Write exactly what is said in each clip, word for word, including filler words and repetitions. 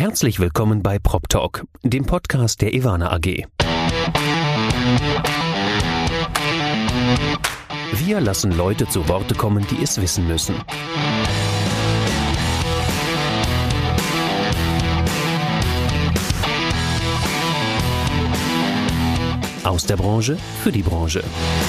Herzlich willkommen bei PropTalk, dem Podcast der Ewana A G. Wir lassen Leute zu Worte kommen, die es wissen müssen. Aus der Branche für die Branche.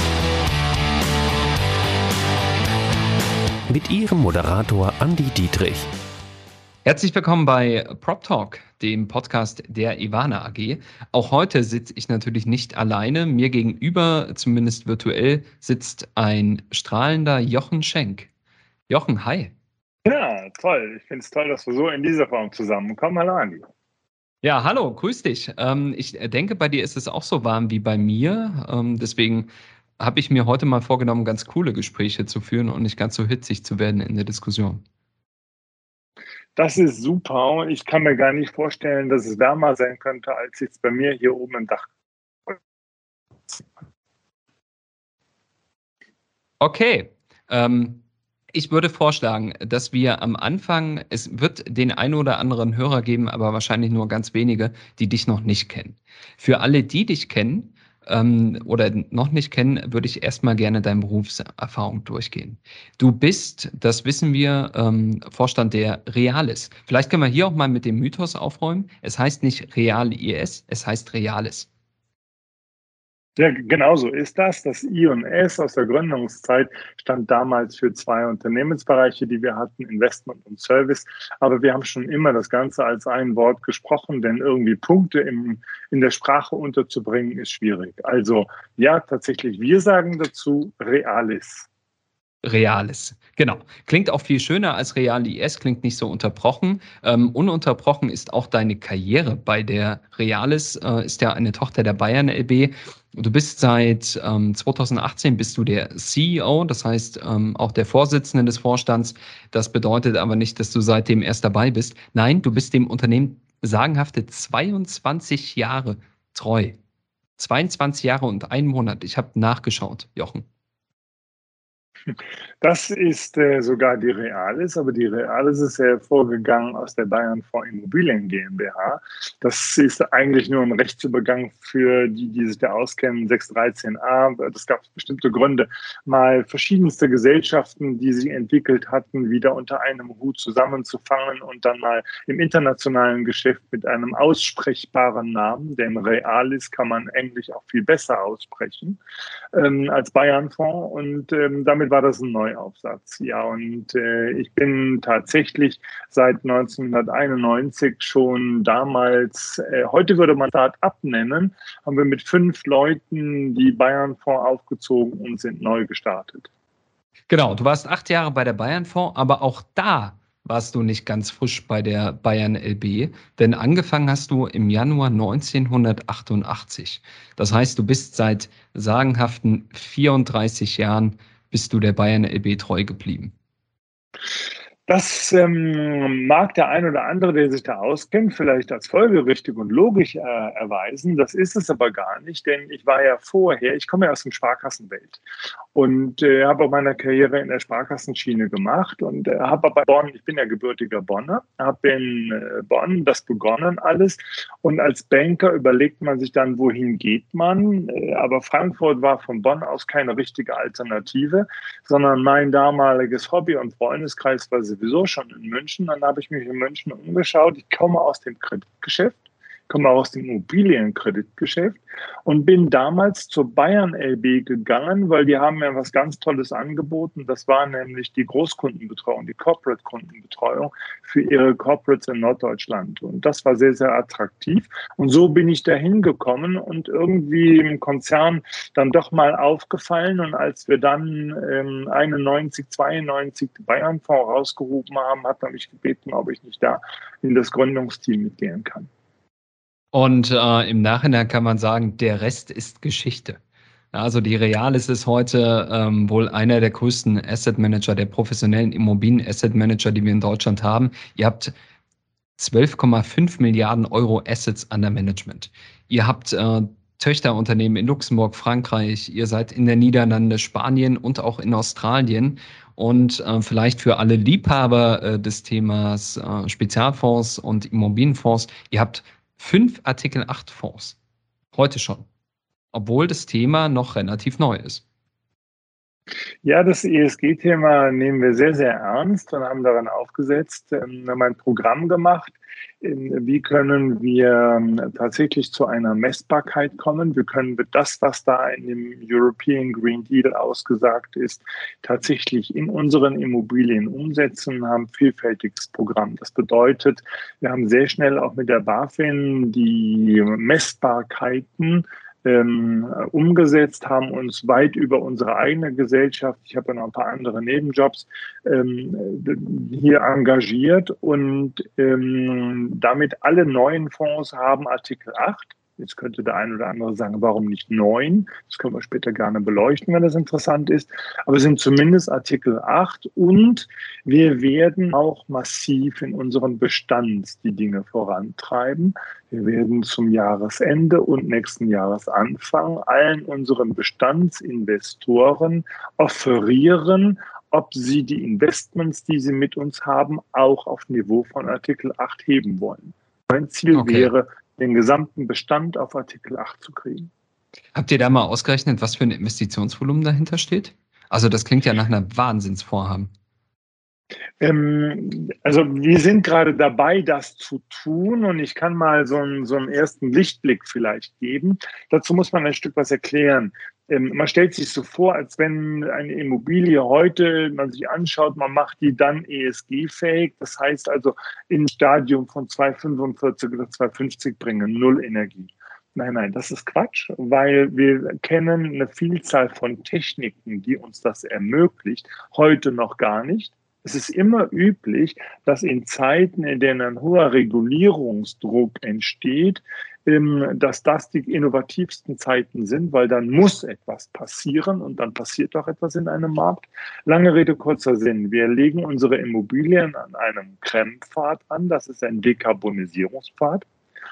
Mit Ihrem Moderator Andi Dietrich. Herzlich willkommen bei PropTalk, dem Podcast der Ewana A G. Auch heute sitze ich natürlich nicht alleine. Mir gegenüber, zumindest virtuell, sitzt ein strahlender Jochen Schenk. Jochen, hi. Ja, toll. Ich finde es toll, dass wir so in dieser Form zusammenkommen. Hallo, Andi. Ja, hallo, grüß dich. Ähm, ich denke, bei dir ist es auch so warm wie bei mir. Ähm, deswegen habe ich mir heute mal vorgenommen, ganz coole Gespräche zu führen und nicht ganz so hitzig zu werden in der Diskussion. Das ist super. Ich kann mir gar nicht vorstellen, dass es wärmer sein könnte, als jetzt bei mir hier oben im Dach. Okay. Ähm, ich würde vorschlagen, dass wir am Anfang, es wird den einen oder anderen Hörer geben, aber wahrscheinlich nur ganz wenige, die dich noch nicht kennen. Für alle, die dich kennen, ähm, oder noch nicht kennen, würde ich erstmal gerne deine Berufserfahrung durchgehen. Du bist, das wissen wir, ähm, Vorstand der Realis. Vielleicht können wir hier auch mal mit dem Mythos aufräumen. Es heißt nicht Real-I S, es heißt Realis. Ja, genau so ist das. Das I und S aus der Gründungszeit stand damals für zwei Unternehmensbereiche, die wir hatten, Investment und Service. Aber wir haben schon immer das Ganze als ein Wort gesprochen, denn irgendwie Punkte im, in der Sprache unterzubringen, ist schwierig. Also ja, tatsächlich, wir sagen dazu Realis. Realis, genau. Klingt auch viel schöner als Real-I S, klingt nicht so unterbrochen. Ähm, ununterbrochen ist auch deine Karriere bei der Realis, äh, ist ja eine Tochter der Bayern L B. Du bist seit ähm, zweitausendachtzehn bist du der C E O, das heißt ähm, auch der Vorsitzende des Vorstands. Das bedeutet aber nicht, dass du seitdem erst dabei bist. Nein, du bist dem Unternehmen sagenhafte zweiundzwanzig Jahre treu. zweiundzwanzig Jahre und einen Monat. Ich habe nachgeschaut, Jochen. Das ist äh, sogar die Realis, aber die Realis ist hervorgegangen aus der Bayernfonds Immobilien GmbH. Das ist eigentlich nur ein Rechtsübergang für die, die sich da auskennen, sechs dreizehn a. Das gab bestimmte Gründe, mal verschiedenste Gesellschaften, die sich entwickelt hatten, wieder unter einem Hut zusammenzufangen und dann mal im internationalen Geschäft mit einem aussprechbaren Namen, denn Realis kann man Englisch auch viel besser aussprechen, ähm, als Bayernfonds, und ähm, damit war das ein Neuaufsatz. Ja, und äh, ich bin tatsächlich seit neunzehnhunderteinundneunzig schon damals, äh, heute würde man Start-up nennen, haben wir mit fünf Leuten die Bayernfonds aufgezogen und sind neu gestartet. Genau, du warst acht Jahre bei der Bayernfonds, aber auch da warst du nicht ganz frisch bei der Bayern L B, denn angefangen hast du im Januar neunzehnhundertachtundachtzig. Das heißt, du bist seit sagenhaften vierunddreißig Jahren bist du der Bayern L B treu geblieben. Das ähm, mag der ein oder andere, der sich da auskennt, vielleicht als folgerichtig und logisch äh, erweisen. Das ist es aber gar nicht, denn ich war ja vorher, ich komme ja aus der Sparkassenwelt und äh, habe auch meine Karriere in der Sparkassenschiene gemacht und äh, habe aber Bonn, ich bin ja gebürtiger Bonner, habe in äh, Bonn das begonnen alles, und als Banker überlegt man sich dann, wohin geht man, äh, aber Frankfurt war von Bonn aus keine richtige Alternative, sondern mein damaliges Hobby und Freundeskreis war sowieso schon in München. Dann habe ich mich in München umgeschaut. Ich komme aus dem Kreditgeschäft, komme aus dem Immobilienkreditgeschäft und bin damals zur Bayern L B gegangen, weil die haben mir was ganz Tolles angeboten. Das war nämlich die Großkundenbetreuung, die Corporate-Kundenbetreuung für ihre Corporates in Norddeutschland. Und das war sehr, sehr attraktiv. Und so bin ich da hingekommen und irgendwie im Konzern dann doch mal aufgefallen. Und als wir dann ähm, einundneunzig, zweiundneunzig die Bayernfonds rausgerufen haben, hat er mich gebeten, ob ich nicht da in das Gründungsteam mitgehen kann. Und äh, im Nachhinein kann man sagen, der Rest ist Geschichte. Also die Realis ist heute ähm, wohl einer der größten Asset Manager, der professionellen Immobilien-Asset Manager, die wir in Deutschland haben. Ihr habt zwölf Komma fünf Milliarden Euro Assets under Management. Ihr habt äh, Töchterunternehmen in Luxemburg, Frankreich, ihr seid in der Niederlande, Spanien und auch in Australien. Und äh, vielleicht für alle Liebhaber äh, des Themas äh, Spezialfonds und Immobilienfonds, ihr habt fünf Artikel acht Fonds. Heute schon. Obwohl das Thema noch relativ neu ist. Ja, das E S G-Thema nehmen wir sehr, sehr ernst und haben daran aufgesetzt, ähm, haben ein Programm gemacht. Ähm, Wie können wir ähm, tatsächlich zu einer Messbarkeit kommen? Wie können wir das, was da in dem European Green Deal ausgesagt ist, tatsächlich in unseren Immobilien umsetzen? Haben ein vielfältiges Programm. Das bedeutet, wir haben sehr schnell auch mit der BaFin die Messbarkeiten Ähm, umgesetzt, haben uns weit über unsere eigene Gesellschaft, ich habe ja noch ein paar andere Nebenjobs, ähm, hier engagiert und ähm, damit alle neuen Fonds haben Artikel acht. Jetzt könnte der eine oder andere sagen, warum nicht neun? Das können wir später gerne beleuchten, wenn das interessant ist. Aber es sind zumindest Artikel acht und wir werden auch massiv in unserem Bestand die Dinge vorantreiben. Wir werden zum Jahresende und nächsten Jahresanfang allen unseren Bestandsinvestoren offerieren, ob sie die Investments, die sie mit uns haben, auch auf Niveau von Artikel acht heben wollen. Mein Ziel Okay. wäre, den gesamten Bestand auf Artikel acht zu kriegen. Habt ihr da mal ausgerechnet, was für ein Investitionsvolumen dahinter steht? Also das klingt ja nach einer Wahnsinnsvorhaben. Ähm, also wir sind gerade dabei, das zu tun und ich kann mal so einen, so einen ersten Lichtblick vielleicht geben. Dazu muss man ein Stück was erklären. Ähm, man stellt sich so vor, als wenn eine Immobilie heute, man sich anschaut, man macht die dann E S G-fähig. Das heißt also im Stadium von zweihundertfünfundvierzig oder zweihundertfünfzig bringen, null Energie. Nein, nein, das ist Quatsch, weil wir kennen eine Vielzahl von Techniken, die uns das ermöglicht, heute noch gar nicht. Es ist immer üblich, dass in Zeiten, in denen ein hoher Regulierungsdruck entsteht, dass das die innovativsten Zeiten sind, weil dann muss etwas passieren und dann passiert auch etwas in einem Markt. Lange Rede, kurzer Sinn. Wir legen unsere Immobilien an einem Krempfad an. Das ist ein Dekarbonisierungspfad.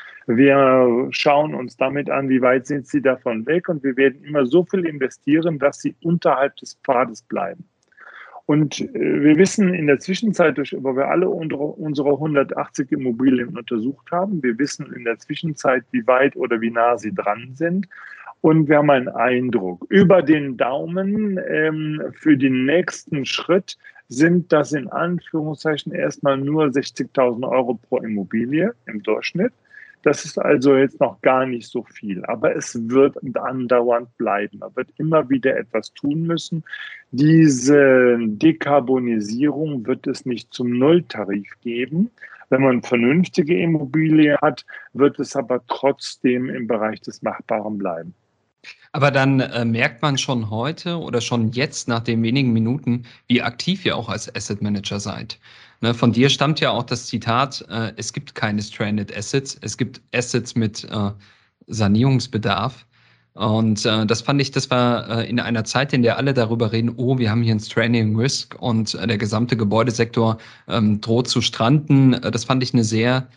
Wir schauen uns damit an, wie weit sind sie davon weg und wir werden immer so viel investieren, dass sie unterhalb des Pfades bleiben. Und wir wissen in der Zwischenzeit, wo wir alle unsere hundertachtzig Immobilien untersucht haben, wir wissen in der Zwischenzeit, wie weit oder wie nah sie dran sind. Und wir haben einen Eindruck. Über den Daumen ähm, für den nächsten Schritt sind das in Anführungszeichen erstmal nur sechzigtausend Euro pro Immobilie im Durchschnitt. Das ist also jetzt noch gar nicht so viel, aber es wird andauernd bleiben. Man wird immer wieder etwas tun müssen. Diese Dekarbonisierung wird es nicht zum Nulltarif geben. Wenn man vernünftige Immobilie hat, wird es aber trotzdem im Bereich des Machbaren bleiben. Aber dann äh, merkt man schon heute oder schon jetzt nach den wenigen Minuten, wie aktiv ihr auch als Asset Manager seid. Ne, von dir stammt ja auch das Zitat, äh, es gibt keine Stranded Assets, es gibt Assets mit äh, Sanierungsbedarf. Und äh, das fand ich, das war äh, in einer Zeit, in der alle darüber reden, oh, wir haben hier ein Stranding Risk und äh, der gesamte Gebäudesektor ähm, droht zu stranden. Äh, das fand ich eine sehr,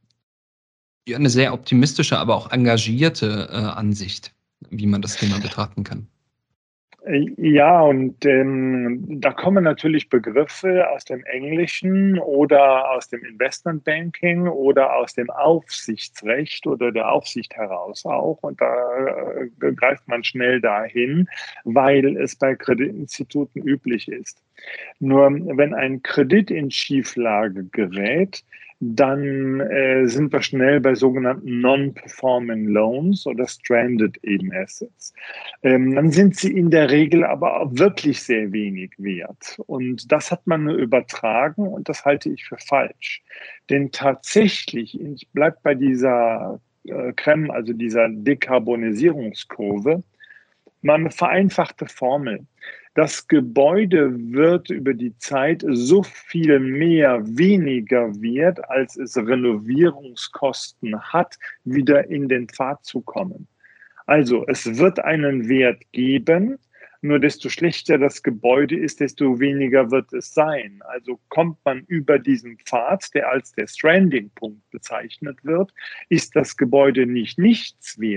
ja, eine sehr optimistische, aber auch engagierte äh, Ansicht, wie man das Thema betrachten kann. Ja, und ähm, da kommen natürlich Begriffe aus dem Englischen oder aus dem Investmentbanking oder aus dem Aufsichtsrecht oder der Aufsicht heraus auch. Und da äh, greift man schnell dahin, weil es bei Kreditinstituten üblich ist. Nur wenn ein Kredit in Schieflage gerät, dann äh, sind wir schnell bei sogenannten Non-Performing Loans oder Stranded eben Assets. Ähm, dann sind sie in der Regel aber auch wirklich sehr wenig wert. Und das hat man nur übertragen und das halte ich für falsch. Denn tatsächlich, ich bleibe bei dieser äh, Creme, also dieser Dekarbonisierungskurve, mal eine vereinfachte Formel. Das Gebäude wird über die Zeit so viel mehr weniger wert, als es Renovierungskosten hat, wieder in den Pfad zu kommen. Also es wird einen Wert geben, nur desto schlechter das Gebäude ist, desto weniger wird es sein. Also kommt man über diesen Pfad, der als der Stranding-Punkt bezeichnet wird, ist das Gebäude nicht nichts wert,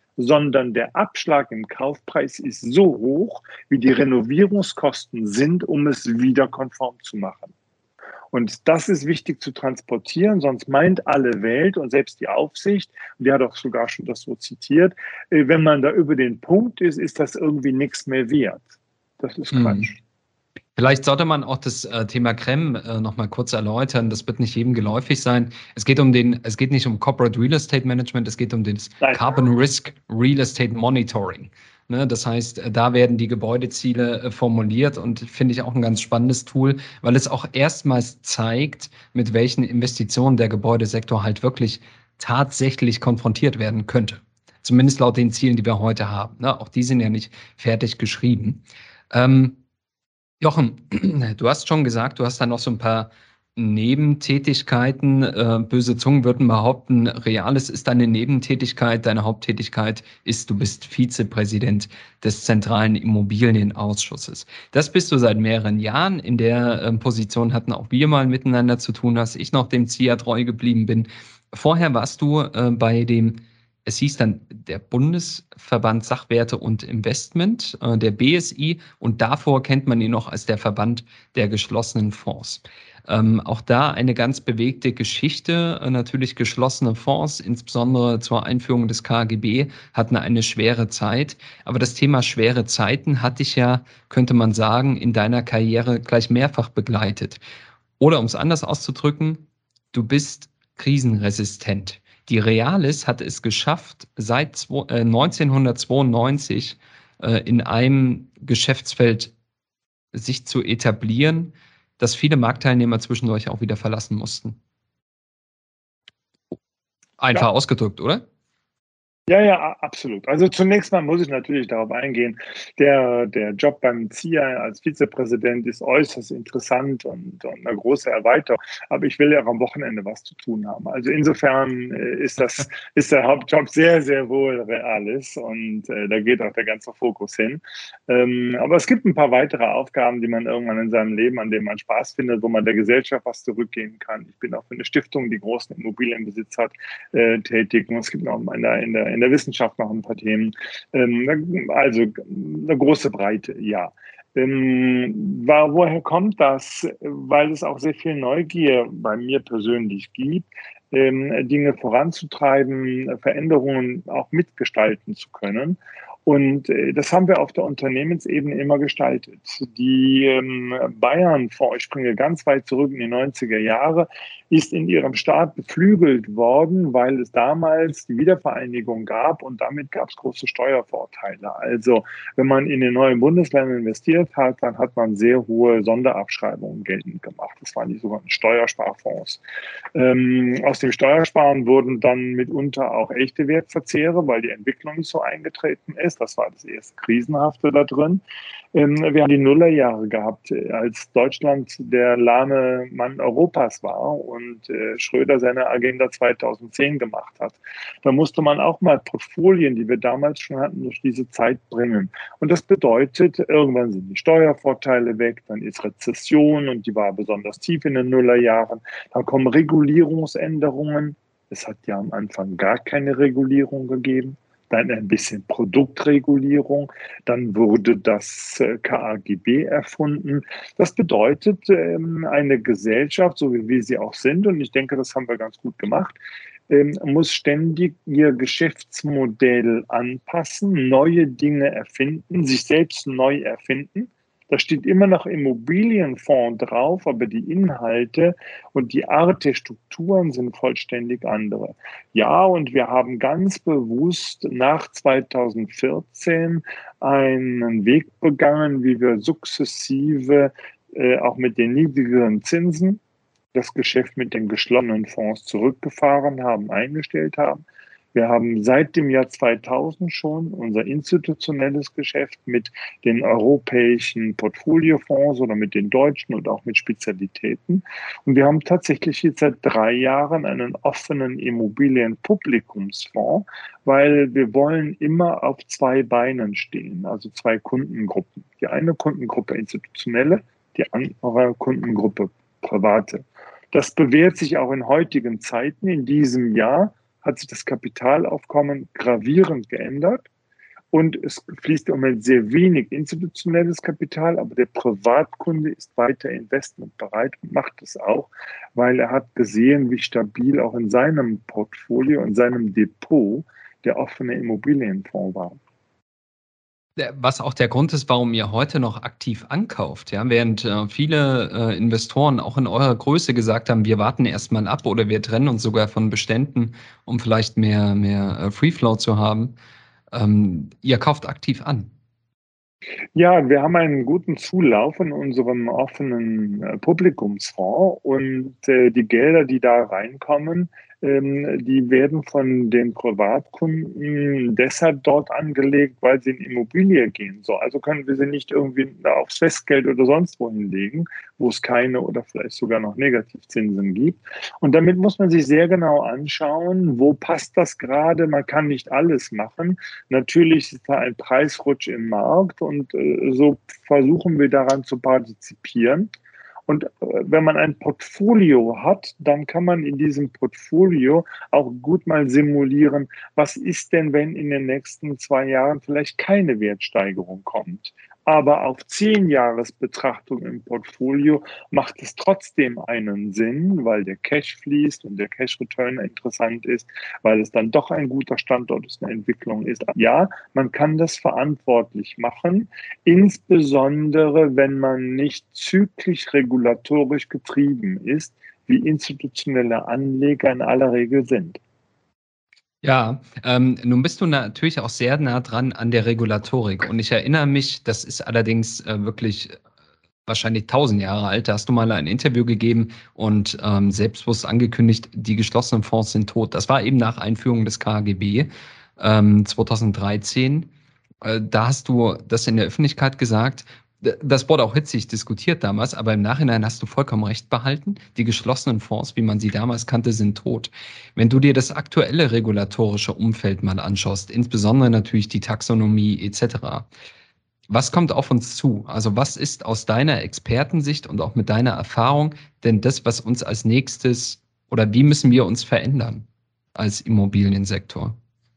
sondern der Abschlag im Kaufpreis ist so hoch, wie die Renovierungskosten sind, um es wieder konform zu machen. Und das ist wichtig zu transportieren, sonst meint alle Welt und selbst die Aufsicht, die hat auch sogar schon das so zitiert, wenn man da über den Punkt ist, ist das irgendwie nichts mehr wert. Das ist Quatsch. Mhm. Vielleicht sollte man auch das äh, Thema Creme äh, noch mal kurz erläutern. Das wird nicht jedem geläufig sein. Es geht um den, es geht nicht um Corporate Real Estate Management, es geht um das Nein. Carbon Risk Real Estate Monitoring. Ne, das heißt, äh, da werden die Gebäudeziele äh, formuliert und finde ich auch ein ganz spannendes Tool, weil es auch erstmals zeigt, mit welchen Investitionen der Gebäudesektor halt wirklich tatsächlich konfrontiert werden könnte. Zumindest laut den Zielen, die wir heute haben. Ne, auch die sind ja nicht fertig geschrieben. Ähm, Jochen, du hast schon gesagt, du hast da noch so ein paar Nebentätigkeiten. Äh, böse Zungen würden behaupten, Reales ist deine Nebentätigkeit. Deine Haupttätigkeit ist, du bist Vizepräsident des Zentralen Immobilienausschusses. Das bist du seit mehreren Jahren. In der äh, Position hatten auch wir mal miteinander zu tun, als ich noch dem Z I A treu geblieben bin. Vorher warst du äh, bei dem Es hieß dann der Bundesverband Sachwerte und Investment, äh, der B S I, und davor kennt man ihn noch als der Verband der geschlossenen Fonds. Ähm, auch da eine ganz bewegte Geschichte. Äh, natürlich geschlossene Fonds, insbesondere zur Einführung des K G B, hatten eine schwere Zeit. Aber das Thema schwere Zeiten hat dich ja, könnte man sagen, in deiner Karriere gleich mehrfach begleitet. Oder um es anders auszudrücken, du bist krisenresistent. Die Reales hat es geschafft, seit neunzehnhundertzweiundneunzig äh, in einem Geschäftsfeld sich zu etablieren, das viele Marktteilnehmer zwischendurch auch wieder verlassen mussten. Einfach Ja. ausgedrückt, oder? Ja, ja, absolut. Also zunächst mal muss ich natürlich darauf eingehen, der, der Job beim Z I A als Vizepräsident ist äußerst interessant und, und eine große Erweiterung. Aber ich will ja auch am Wochenende was zu tun haben. Also insofern ist das, ist der Hauptjob sehr, sehr wohl Reales und äh, da geht auch der ganze Fokus hin. Ähm, aber es gibt ein paar weitere Aufgaben, die man irgendwann in seinem Leben, an denen man Spaß findet, wo man der Gesellschaft was zurückgeben kann. Ich bin auch für eine Stiftung, die großen Immobilienbesitz hat, äh, tätig. Und es gibt noch in der, in der, in der Wissenschaft noch ein paar Themen. Ähm, also eine große Breite, ja. Ähm, war, woher kommt das? Weil es auch sehr viel Neugier bei mir persönlich gibt, ähm, Dinge voranzutreiben, Veränderungen auch mitgestalten zu können. Und äh, das haben wir auf der Unternehmensebene immer gestaltet. Die ähm, Bayern-Fonds, ich springe ganz weit zurück in die neunziger Jahre, ist in ihrem Start beflügelt worden, weil es damals die Wiedervereinigung gab und damit gab es große Steuervorteile. Also wenn man in den neuen Bundesländern investiert hat, dann hat man sehr hohe Sonderabschreibungen geltend gemacht. Das waren die sogenannten Steuersparfonds. Ähm, aus dem Steuersparen wurden dann mitunter auch echte Wertverzehre, weil die Entwicklung nicht so eingetreten ist. Das war das erste Krisenhafte da drin. Ähm, wir haben die Nullerjahre gehabt, als Deutschland der lahme Mann Europas war und äh, Schröder seine Agenda zweitausendzehn gemacht hat. Da musste man auch mal Portfolien, die wir damals schon hatten, durch diese Zeit bringen. Und das bedeutet, irgendwann sind die Steuervorteile weg, dann ist Rezession und die war besonders tief in den Nullerjahren. Dann kommen Regulierungsänderungen. Es hat ja am Anfang gar keine Regulierung gegeben. Dann ein bisschen Produktregulierung, dann wurde das K A G B erfunden. Das bedeutet, eine Gesellschaft, so wie wir sie auch sind, und ich denke, das haben wir ganz gut gemacht, muss ständig ihr Geschäftsmodell anpassen, neue Dinge erfinden, sich selbst neu erfinden. Da steht immer noch Immobilienfonds drauf, aber die Inhalte und die Art der Strukturen sind vollständig andere. Ja, und wir haben ganz bewusst nach zweitausendvierzehn einen Weg begangen, wie wir sukzessive äh, auch mit den niedrigeren Zinsen das Geschäft mit den geschlossenen Fonds zurückgefahren haben, eingestellt haben. Wir haben seit dem Jahr zweitausend schon unser institutionelles Geschäft mit den europäischen Portfoliofonds oder mit den deutschen und auch mit Spezialitäten. Und wir haben tatsächlich jetzt seit drei Jahren einen offenen Immobilienpublikumsfonds, weil wir wollen immer auf zwei Beinen stehen, also zwei Kundengruppen. Die eine Kundengruppe institutionelle, die andere Kundengruppe private. Das bewährt sich auch in heutigen Zeiten, in diesem Jahr. hat sich das Kapitalaufkommen gravierend geändert. Und es fließt im Moment sehr wenig institutionelles Kapital, aber der Privatkunde ist weiter investmentbereit und macht es auch, weil er hat gesehen, wie stabil auch in seinem Portfolio, in seinem Depot der offene Immobilienfonds war. Was auch der Grund ist, warum ihr heute noch aktiv ankauft, ja, während äh, viele äh, Investoren auch in eurer Größe gesagt haben, wir warten erstmal ab oder wir trennen uns sogar von Beständen, um vielleicht mehr, mehr äh, Free Flow zu haben. Ähm, ihr kauft aktiv an. Ja, wir haben einen guten Zulauf in unserem offenen äh, Publikumsfonds und äh, die Gelder, die da reinkommen, ähm, die werden von den Privatkunden deshalb dort angelegt, weil sie in Immobilie gehen. So, also können wir sie nicht irgendwie aufs Festgeld oder sonst wohin legen, wo es keine oder vielleicht sogar noch Negativzinsen gibt. Und damit muss man sich sehr genau anschauen, wo passt das gerade. Man kann nicht alles machen. Natürlich ist da ein Preisrutsch im Markt und äh, so versuchen wir daran zu partizipieren. Und äh, wenn man ein Portfolio hat, dann kann man in diesem Portfolio auch gut mal simulieren, was ist denn, wenn in den nächsten zwei Jahren vielleicht keine Wertsteigerung kommt. Aber auf zehn Jahresbetrachtung im Portfolio macht es trotzdem einen Sinn, weil der Cash fließt und der Cash-Return interessant ist, weil es dann doch ein guter Standort ist, eine Entwicklung ist. Ja, man kann das verantwortlich machen, insbesondere wenn man nicht zyklisch regulatorisch getrieben ist, wie institutionelle Anleger in aller Regel sind. Ja, ähm, nun bist du natürlich auch sehr nah dran an der Regulatorik. Und ich erinnere mich, das ist allerdings äh, wirklich wahrscheinlich tausend Jahre alt. Da hast du mal ein Interview gegeben und ähm, selbstbewusst angekündigt, die geschlossenen Fonds sind tot. Das war eben nach Einführung des K G B ähm, zweitausenddreizehn. Äh, da hast du das in der Öffentlichkeit gesagt. Das wurde auch hitzig diskutiert damals, aber im Nachhinein hast du vollkommen recht behalten. Die geschlossenen Fonds, wie man sie damals kannte, sind tot. Wenn du dir das aktuelle regulatorische Umfeld mal anschaust, insbesondere natürlich die Taxonomie et cetera, was kommt auf uns zu? Also was ist aus deiner Expertensicht und auch mit deiner Erfahrung denn das, was uns als nächstes oder wie müssen wir uns verändern als Immobiliensektor?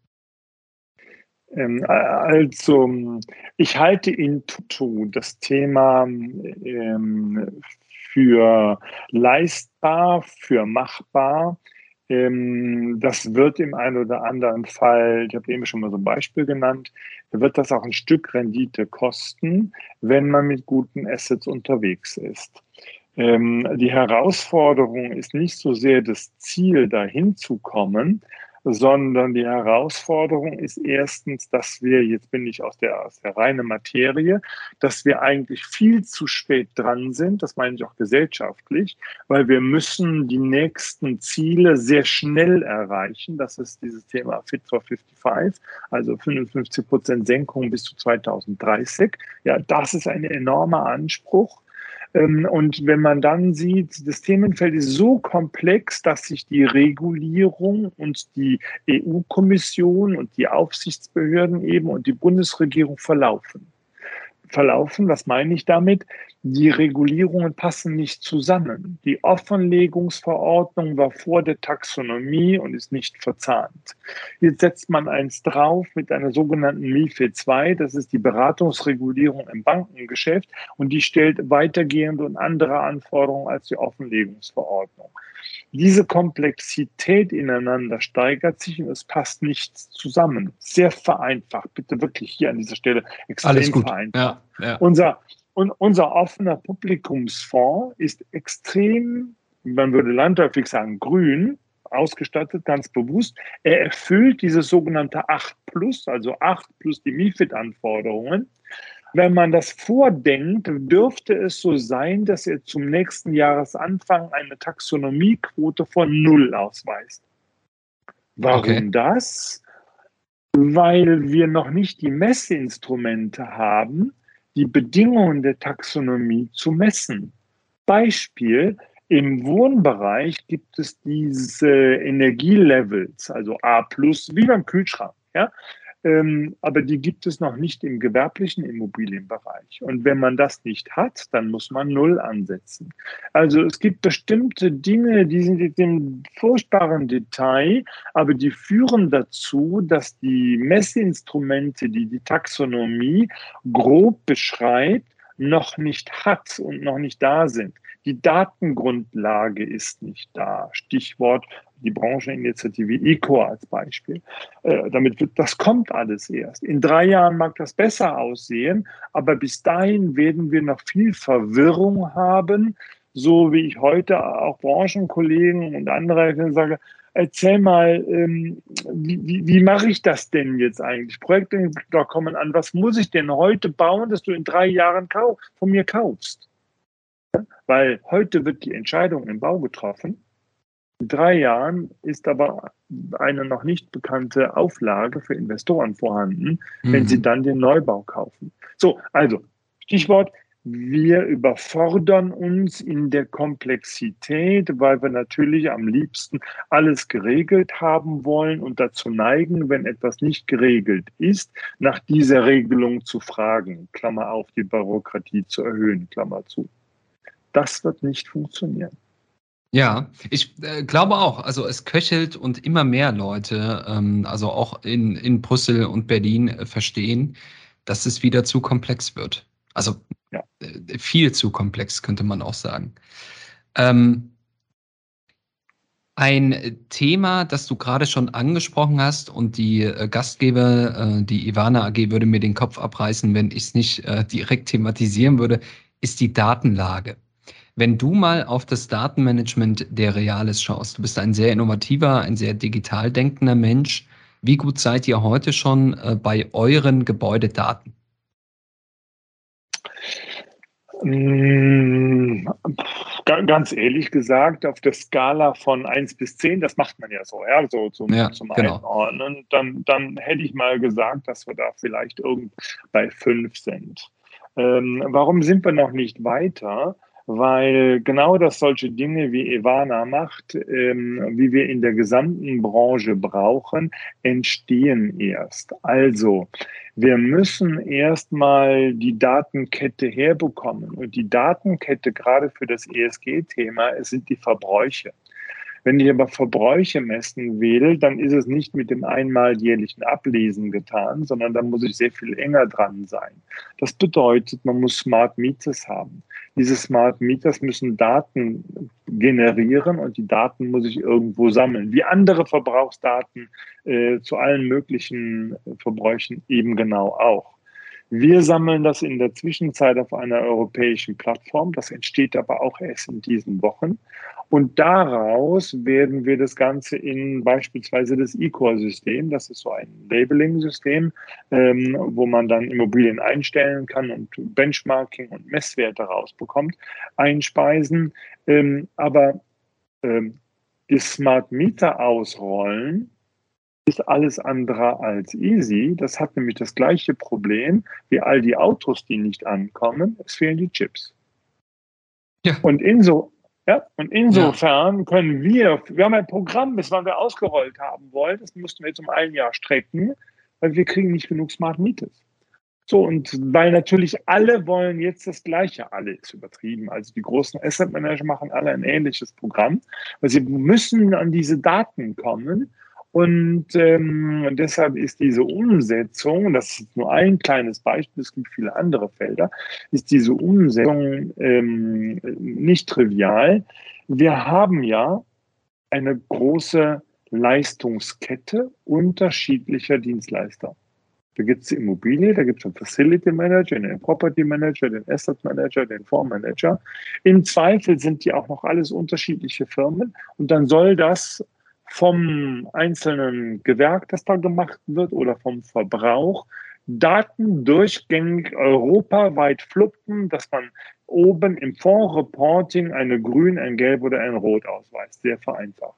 Ähm, also, ich halte in tutto das Thema ähm, für leistbar, für machbar. Ähm, das wird im einen oder anderen Fall, ich habe eben schon mal so ein Beispiel genannt, wird das auch ein Stück Rendite kosten, wenn man mit guten Assets unterwegs ist. Ähm, die Herausforderung ist nicht so sehr das Ziel, dahin zu kommen, sondern die Herausforderung ist erstens, dass wir, jetzt bin ich aus der, aus der reinen Materie, dass wir eigentlich viel zu spät dran sind, das meine ich auch gesellschaftlich, weil wir müssen die nächsten Ziele sehr schnell erreichen. Das ist dieses Thema Fit for fünfundfünfzig, also fünfundfünfzig Prozent Senkung bis zu zweitausenddreißig. Ja, das ist ein enormer Anspruch. Und wenn man dann sieht, das Themenfeld ist so komplex, dass sich die Regulierung und die E U-Kommission und die Aufsichtsbehörden eben und die Bundesregierung verlaufen. Verlaufen, was meine ich damit? Die Regulierungen passen nicht zusammen. Die Offenlegungsverordnung war vor der Taxonomie und ist nicht verzahnt. Jetzt setzt man eins drauf mit einer sogenannten MiFID zwei, das ist die Beratungsregulierung im Bankengeschäft und die stellt weitergehende und andere Anforderungen als die Offenlegungsverordnung. Diese Komplexität ineinander steigert sich und es passt nichts zusammen. Sehr vereinfacht, bitte wirklich hier an dieser Stelle extrem Alles gut. vereinfacht. Ja, ja. Unser, und unser offener Publikumsfonds ist extrem, man würde landläufig sagen, grün ausgestattet, ganz bewusst. Er erfüllt dieses sogenannte acht plus, also acht plus die MiFID-Anforderungen. Wenn man das vordenkt, dürfte es so sein, dass er zum nächsten Jahresanfang eine Taxonomiequote von null ausweist. Warum Okay. das? Weil wir noch nicht die Messinstrumente haben, die Bedingungen der Taxonomie zu messen. Beispiel, im Wohnbereich gibt es diese Energielevels, also A plus, wie beim Kühlschrank. Ja? Ähm, aber die gibt es noch nicht im gewerblichen Immobilienbereich. Und wenn man das nicht hat, dann muss man null ansetzen. Also es gibt bestimmte Dinge, die sind in dem furchtbaren Detail, aber die führen dazu, dass die Messinstrumente, die die Taxonomie grob beschreibt, noch nicht hat und noch nicht da sind. Die Datengrundlage ist nicht da. Stichwort die Brancheninitiative E C O als Beispiel. Äh, damit wird, das kommt alles erst. In drei Jahren mag das besser aussehen, aber bis dahin werden wir noch viel Verwirrung haben, so wie ich heute auch Branchenkollegen und andere sage, erzähl mal, ähm, wie, wie, wie mache ich das denn jetzt eigentlich? Projekte da kommen an, was muss ich denn heute bauen, dass du in drei Jahren kau- von mir kaufst? Weil heute wird die Entscheidung im Bau getroffen. In drei Jahren ist aber eine noch nicht bekannte Auflage für Investoren vorhanden, wenn Mhm. sie dann den Neubau kaufen. So, also Stichwort, wir überfordern uns in der Komplexität, weil wir natürlich am liebsten alles geregelt haben wollen und dazu neigen, wenn etwas nicht geregelt ist, nach dieser Regelung zu fragen, Klammer auf, die Bürokratie zu erhöhen, Klammer zu. Das wird nicht funktionieren. Ja, ich äh, glaube auch. Also es köchelt und immer mehr Leute, ähm, also auch in, in Brüssel und Berlin, äh, verstehen, dass es wieder zu komplex wird. Also Ja. äh, viel zu komplex, könnte man auch sagen. Ähm, ein Thema, das du gerade schon angesprochen hast und die äh, Gastgeber, äh, die Ivana A G würde mir den Kopf abreißen, wenn ich es nicht äh, direkt thematisieren würde, ist die Datenlage. Wenn du mal auf das Datenmanagement der Reales schaust, du bist ein sehr innovativer, ein sehr digital denkender Mensch. Wie gut seid ihr heute schon äh, bei euren Gebäudedaten? Mm, ga- Ganz ehrlich gesagt, auf der Skala von eins bis zehn, das macht man ja so, ja, so zum, Ja, zum genau. Einordnen, dann, dann hätte ich mal gesagt, dass wir da vielleicht irgend bei fünf sind. Ähm, warum sind wir noch nicht weiter? Weil genau das solche Dinge wie Ivana macht, ähm, wie wir in der gesamten Branche brauchen, entstehen erst. Also, wir müssen erstmal die Datenkette herbekommen. Und die Datenkette gerade für das E S G-Thema, es sind die Verbräuche. Wenn ich aber Verbräuche messen will, dann ist es nicht mit dem einmal jährlichen Ablesen getan, sondern da muss ich sehr viel enger dran sein. Das bedeutet, man muss Smart Meters haben. Diese Smart Meters müssen Daten generieren und die Daten muss ich irgendwo sammeln, wie andere Verbrauchsdaten äh, zu allen möglichen Verbräuchen eben genau auch. Wir sammeln das in der Zwischenzeit auf einer europäischen Plattform. Das entsteht aber auch erst in diesen Wochen. Und daraus werden wir das Ganze in beispielsweise das E C O R-System, das ist so ein Labeling-System, ähm, wo man dann Immobilien einstellen kann und Benchmarking und Messwerte rausbekommt, einspeisen. Ähm, aber ähm, die Smart Meter ausrollen ist alles andere als easy. Das hat nämlich das gleiche Problem wie all die Autos, die nicht ankommen. Es fehlen die Chips. Ja, Und, inso, ja, und ja. insofern können wir, wir haben ein Programm, bis wann wir ausgerollt haben wollen, das mussten wir jetzt um ein Jahr strecken, weil wir kriegen nicht genug Smart Meters. So, und weil natürlich alle wollen jetzt das Gleiche, alle ist übertrieben. Also die großen Asset Manager machen alle ein ähnliches Programm, weil sie müssen an diese Daten kommen. Und ähm, deshalb ist diese Umsetzung, das ist nur ein kleines Beispiel, es gibt viele andere Felder, ist diese Umsetzung ähm, nicht trivial. Wir haben ja eine große Leistungskette unterschiedlicher Dienstleister. Da gibt es die Immobilie, da gibt es den Facility Manager, den Property Manager, den Asset Manager, den Fondsmanager. Im Zweifel sind die auch noch alles unterschiedliche Firmen und dann soll das vom einzelnen Gewerk, das da gemacht wird, oder vom Verbrauch, Daten durchgängig europaweit fluppen, dass man oben im Fondsreporting eine Grün, ein Gelb oder ein Rot ausweist. Sehr vereinfacht.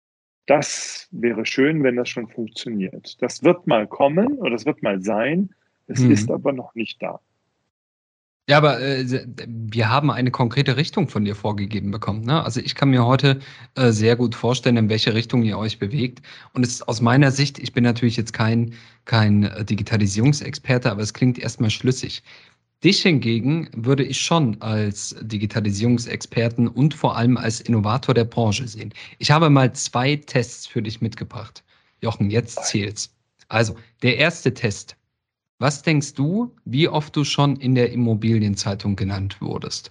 Das wäre schön, wenn das schon funktioniert. Das wird mal kommen oder das wird mal sein. Es ist Mhm. aber noch nicht da. Ja, aber äh, wir haben eine konkrete Richtung von dir vorgegeben bekommen. Ne? Also ich kann mir heute äh, sehr gut vorstellen, in welche Richtung ihr euch bewegt. Und es ist aus meiner Sicht, ich bin natürlich jetzt kein, kein äh, Digitalisierungsexperte, aber es klingt erstmal schlüssig. Dich hingegen würde ich schon als Digitalisierungsexperten und vor allem als Innovator der Branche sehen. Ich habe mal zwei Tests für dich mitgebracht. Jochen, jetzt zählt's. Also, der erste Test. Was denkst du, wie oft du schon in der Immobilienzeitung genannt wurdest?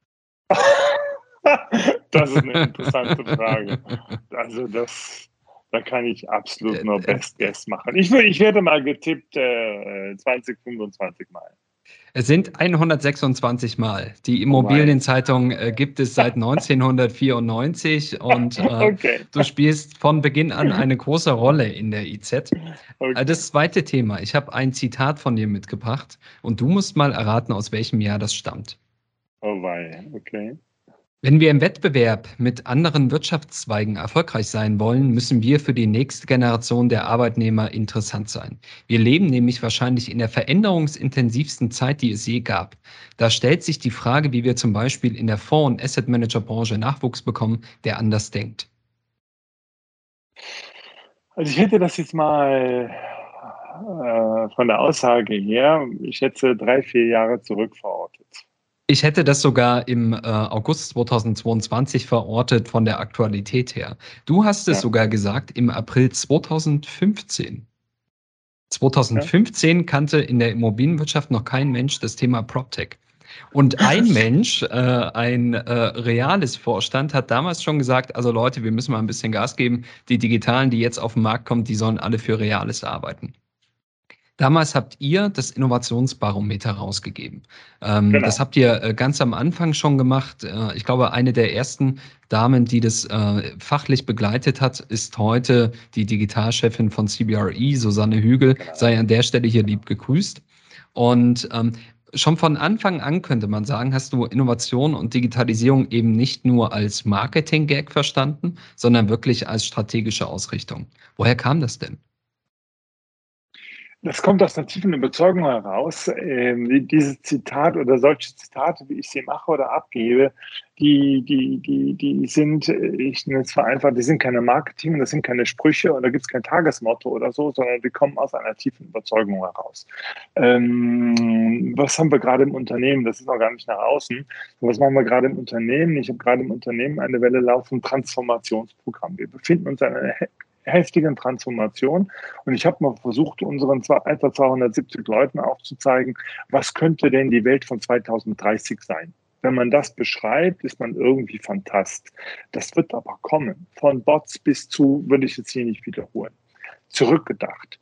Das ist eine interessante Frage. Also das, da kann ich absolut Äh, nur äh, Best Guess machen. Ich, wür- ich werde mal getippt äh, zwanzig, fünfundzwanzig Mal. Es sind hundertsechsundzwanzig Mal. Die Oh wei. Immobilienzeitung äh, gibt es seit neunzehnhundertvierundneunzig und äh, Okay, du spielst von Beginn an eine große Rolle in der I Z. Äh, okay. Das zweite Thema. Ich habe ein Zitat von dir mitgebracht und du musst mal erraten, aus welchem Jahr das stammt. Oh wei, okay. Wenn wir im Wettbewerb mit anderen Wirtschaftszweigen erfolgreich sein wollen, müssen wir für die nächste Generation der Arbeitnehmer interessant sein. Wir leben nämlich wahrscheinlich in der veränderungsintensivsten Zeit, die es je gab. Da stellt sich die Frage, wie wir zum Beispiel in der Fonds- und Asset Manager Branche Nachwuchs bekommen, der anders denkt. Also ich hätte das jetzt mal äh, von der Aussage her, ich hätte drei, vier Jahre zurück verortet. Ich hätte das sogar im äh, August zweitausendzweiundzwanzig verortet von der Aktualität her. Du hast es Ja, sogar gesagt im April zweitausendfünfzehn. ja. zweitausendfünfzehn kannte in der Immobilienwirtschaft noch kein Mensch das Thema PropTech. Und ein Mensch, äh, ein äh, reales Vorstand, hat damals schon gesagt, also Leute, wir müssen mal ein bisschen Gas geben. Die Digitalen, die jetzt auf den Markt kommen, die sollen alle für Reales arbeiten. Damals habt ihr das Innovationsbarometer rausgegeben. Ähm, das Genau. habt ihr äh, ganz am Anfang schon gemacht. Äh, ich glaube, eine der ersten Damen, die das äh, fachlich begleitet hat, ist heute die Digitalchefin von C B R E, Susanne Hügel. Genau. Sei an der Stelle hier Genau. lieb gegrüßt. Und ähm, schon von Anfang an könnte man sagen, hast du Innovation und Digitalisierung eben nicht nur als Marketing-Gag verstanden, sondern wirklich als strategische Ausrichtung. Woher kam das denn? Das kommt aus einer tiefen Überzeugung heraus. Ähm, die- dieses Zitat oder solche Zitate, wie ich sie mache oder abgebe, die, die, die, die sind, äh, ich nenne es vereinfacht, die sind keine Marketing, das sind keine Sprüche und da gibt es kein Tagesmotto oder so, sondern die kommen aus einer tiefen Überzeugung heraus. Ähm, was haben wir gerade im Unternehmen? Das ist noch gar nicht nach außen. Was machen wir gerade im Unternehmen? Ich habe gerade im Unternehmen eine Welle laufen, Transformationsprogramm. Wir befinden uns in einer he- heftigen Transformation. Und ich habe mal versucht, unseren zwei, etwa zweihundertsiebzig Leuten aufzuzeigen, was könnte denn die Welt von zweitausenddreißig sein? Wenn man das beschreibt, ist man irgendwie fantast. Das wird aber kommen. Von Bots bis zu, würde ich jetzt hier nicht wiederholen. Zurückgedacht.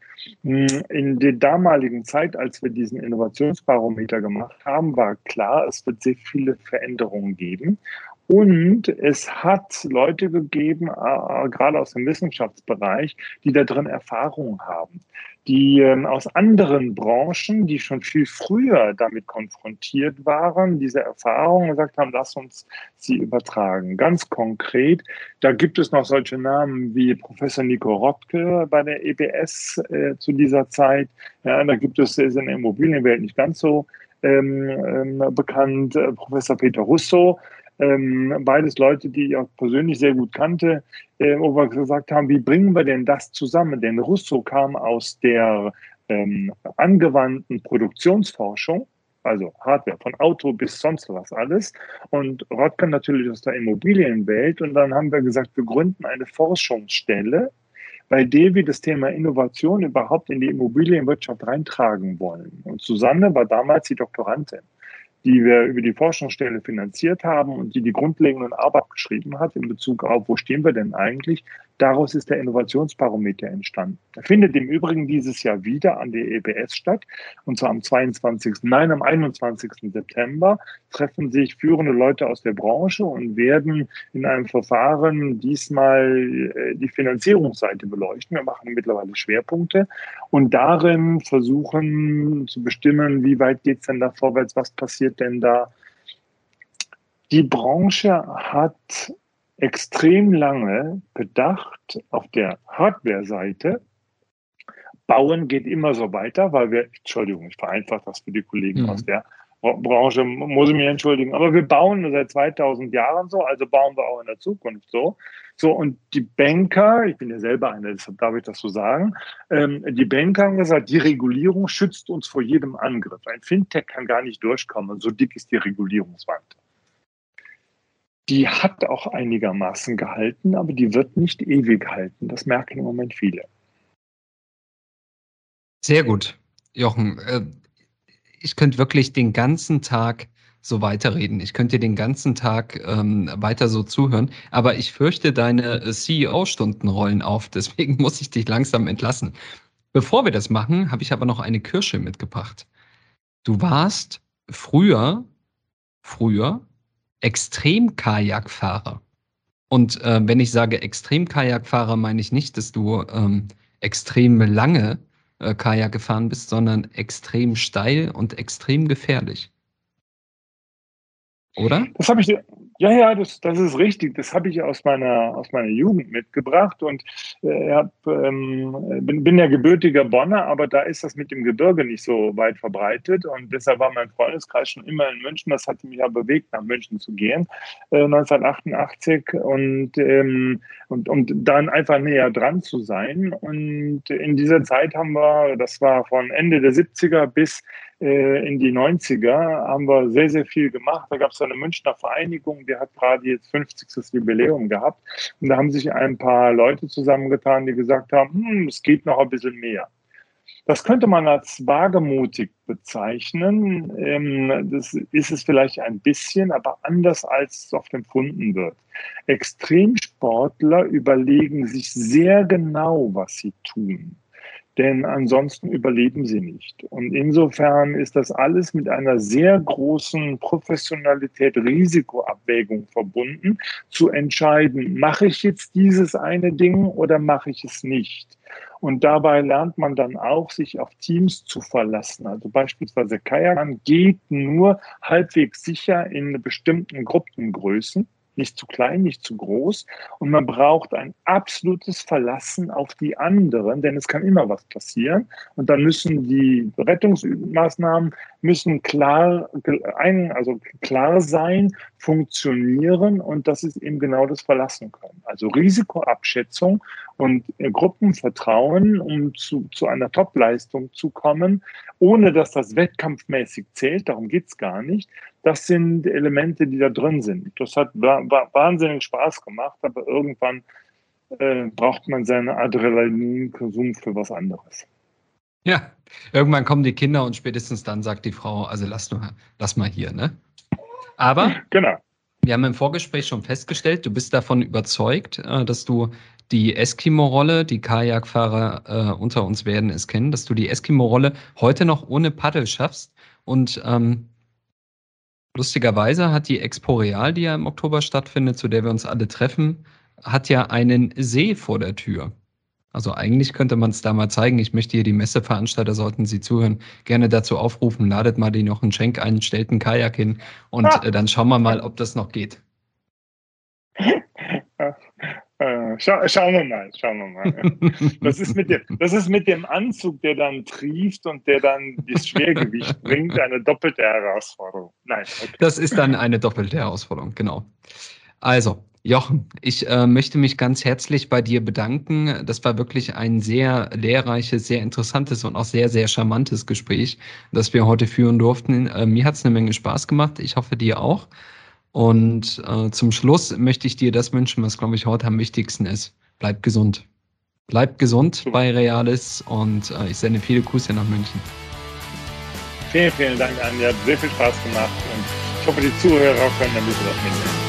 In der damaligen Zeit, als wir diesen Innovationsbarometer gemacht haben, war klar, es wird sehr viele Veränderungen geben. Und es hat Leute gegeben, äh, gerade aus dem Wissenschaftsbereich, die da drin Erfahrung haben, die äh, aus anderen Branchen, die schon viel früher damit konfrontiert waren, diese Erfahrungen gesagt haben, lass uns sie übertragen. Ganz konkret, da gibt es noch solche Namen wie Professor Nico Rottke bei der E B S äh, zu dieser Zeit. Ja, da gibt es ist in der Immobilienwelt nicht ganz so ähm, ähm, bekannt, äh, Professor Peter Russo. Ähm, beides Leute, die ich auch persönlich sehr gut kannte, äh, wo wir gesagt haben, wie bringen wir denn das zusammen? Denn Russo kam aus der ähm, angewandten Produktionsforschung, also Hardware von Auto bis sonst was alles. Und Rottgen natürlich aus der Immobilienwelt. Und dann haben wir gesagt, wir gründen eine Forschungsstelle, bei der wir das Thema Innovation überhaupt in die Immobilienwirtschaft reintragen wollen. Und Susanne war damals die Doktorandin, die wir über die Forschungsstelle finanziert haben und die die grundlegenden Arbeit geschrieben hat in Bezug auf, wo stehen wir denn eigentlich? Daraus ist der Innovationsbarometer entstanden. Er findet im Übrigen dieses Jahr wieder an der E B S statt, und zwar am zweiundzwanzigsten. Nein, am einundzwanzigsten September treffen sich führende Leute aus der Branche und werden in einem Verfahren diesmal äh, die Finanzierungsseite beleuchten. Wir machen mittlerweile Schwerpunkte und darin versuchen zu bestimmen, wie weit geht es denn da vorwärts, was passiert denn da. Die Branche hat extrem lange gedacht, auf der Hardware-Seite, Bauen geht immer so weiter, weil wir, Entschuldigung, ich vereinfache das für die Kollegen aus Mhm. der Branche, muss ich mich entschuldigen. Aber wir bauen seit zweitausend Jahren so, also bauen wir auch in der Zukunft so. So, und die Banker, ich bin ja selber einer, deshalb darf ich das so sagen, ähm, die Banker haben gesagt, die Regulierung schützt uns vor jedem Angriff. Ein Fintech kann gar nicht durchkommen, so dick ist die Regulierungswand. Die hat auch einigermaßen gehalten, aber die wird nicht ewig halten. Das merken im Moment viele. Sehr gut, Jochen. Ich könnte wirklich den ganzen Tag so weiterreden. Ich könnte dir den ganzen Tag ähm, weiter so zuhören. Aber ich fürchte, deine C E O-Stunden rollen auf. Deswegen muss ich dich langsam entlassen. Bevor wir das machen, habe ich aber noch eine Kirsche mitgebracht. Du warst früher, früher Extrem-Kajakfahrer. Und äh, wenn ich sage Extrem-Kajakfahrer, meine ich nicht, dass du ähm, extrem lange äh, Kajak gefahren bist, sondern extrem steil und extrem gefährlich. Oder? Das habe ich, ja, ja, das, das ist richtig. Das habe ich aus meiner, aus meiner Jugend mitgebracht und äh, hab, ähm, bin, bin ja gebürtiger Bonner, aber da ist das mit dem Gebirge nicht so weit verbreitet und deshalb war mein Freundeskreis schon immer in München. Das hat mich ja bewegt, nach München zu gehen, äh, neunzehnhundertachtundachtzig und, ähm, und, und dann einfach näher dran zu sein. Und in dieser Zeit haben wir, das war von Ende der siebziger bis in die neunziger haben wir sehr, sehr viel gemacht. Da gab es eine Münchner Vereinigung, die hat gerade jetzt fünfzigstes Jubiläum gehabt. Und da haben sich ein paar Leute zusammengetan, die gesagt haben, hm, es geht noch ein bisschen mehr. Das könnte man als wagemutig bezeichnen. Das ist es vielleicht ein bisschen, aber anders als es oft empfunden wird. Extremsportler überlegen sich sehr genau, was sie tun. Denn ansonsten überleben sie nicht. Und insofern ist das alles mit einer sehr großen Professionalität, Risikoabwägung verbunden, zu entscheiden, mache ich jetzt dieses eine Ding oder mache ich es nicht? Und dabei lernt man dann auch, sich auf Teams zu verlassen. Also beispielsweise Kajakfahren geht nur halbwegs sicher in bestimmten Gruppengrößen. Nicht zu klein, nicht zu groß. Und man braucht ein absolutes Verlassen auf die anderen, denn es kann immer was passieren. Und dann müssen die Rettungsmaßnahmen müssen klar, ein, also klar sein, funktionieren. Und das ist eben genau das Verlassen können. Also Risikoabschätzung und Gruppenvertrauen, um zu, zu einer Topleistung zu kommen, ohne dass das wettkampfmäßig zählt. Darum geht's gar nicht. Das sind Elemente, die da drin sind. Das hat wahnsinnig Spaß gemacht, aber irgendwann äh, braucht man seinen Adrenalinkonsum für was anderes. Ja, irgendwann kommen die Kinder und spätestens dann sagt die Frau, also lass, nur, lass mal hier, ne? Aber genau. Wir haben im Vorgespräch schon festgestellt, du bist davon überzeugt, äh, dass du die Eskimo-Rolle, die Kajakfahrer äh, unter uns werden es kennen, dass du die Eskimo-Rolle heute noch ohne Paddel schaffst und ähm, lustigerweise hat die Expo Real, die ja im Oktober stattfindet, zu der wir uns alle treffen, hat ja einen See vor der Tür. Also eigentlich könnte man es da mal zeigen. Ich möchte hier die Messeveranstalter, sollten Sie zuhören, gerne dazu aufrufen, ladet mal den Jochen Schenk ein, stellt einen Kajak hin und äh, dann schauen wir mal, ob das noch geht. Äh, schau, schauen wir mal, schauen wir mal. Das ist, mit dem, das ist mit dem Anzug, der dann trieft und der dann das Schwergewicht bringt, eine doppelte Herausforderung. Nein. Okay. Das ist dann eine doppelte Herausforderung, genau. Also, Jochen, ich äh, möchte mich ganz herzlich bei dir bedanken. Das war wirklich ein sehr lehrreiches, sehr interessantes und auch sehr, sehr charmantes Gespräch, das wir heute führen durften. Äh, mir hat es eine Menge Spaß gemacht. Ich hoffe, dir auch. Und äh, zum Schluss möchte ich dir das wünschen, was, glaube ich, heute am wichtigsten ist. Bleib gesund. Bleib gesund bei Realis und äh, ich sende viele Grüße nach München. Vielen, vielen Dank, Anja. Hat sehr viel Spaß gemacht und ich hoffe, die Zuhörer können ein bisschen was mitnehmen.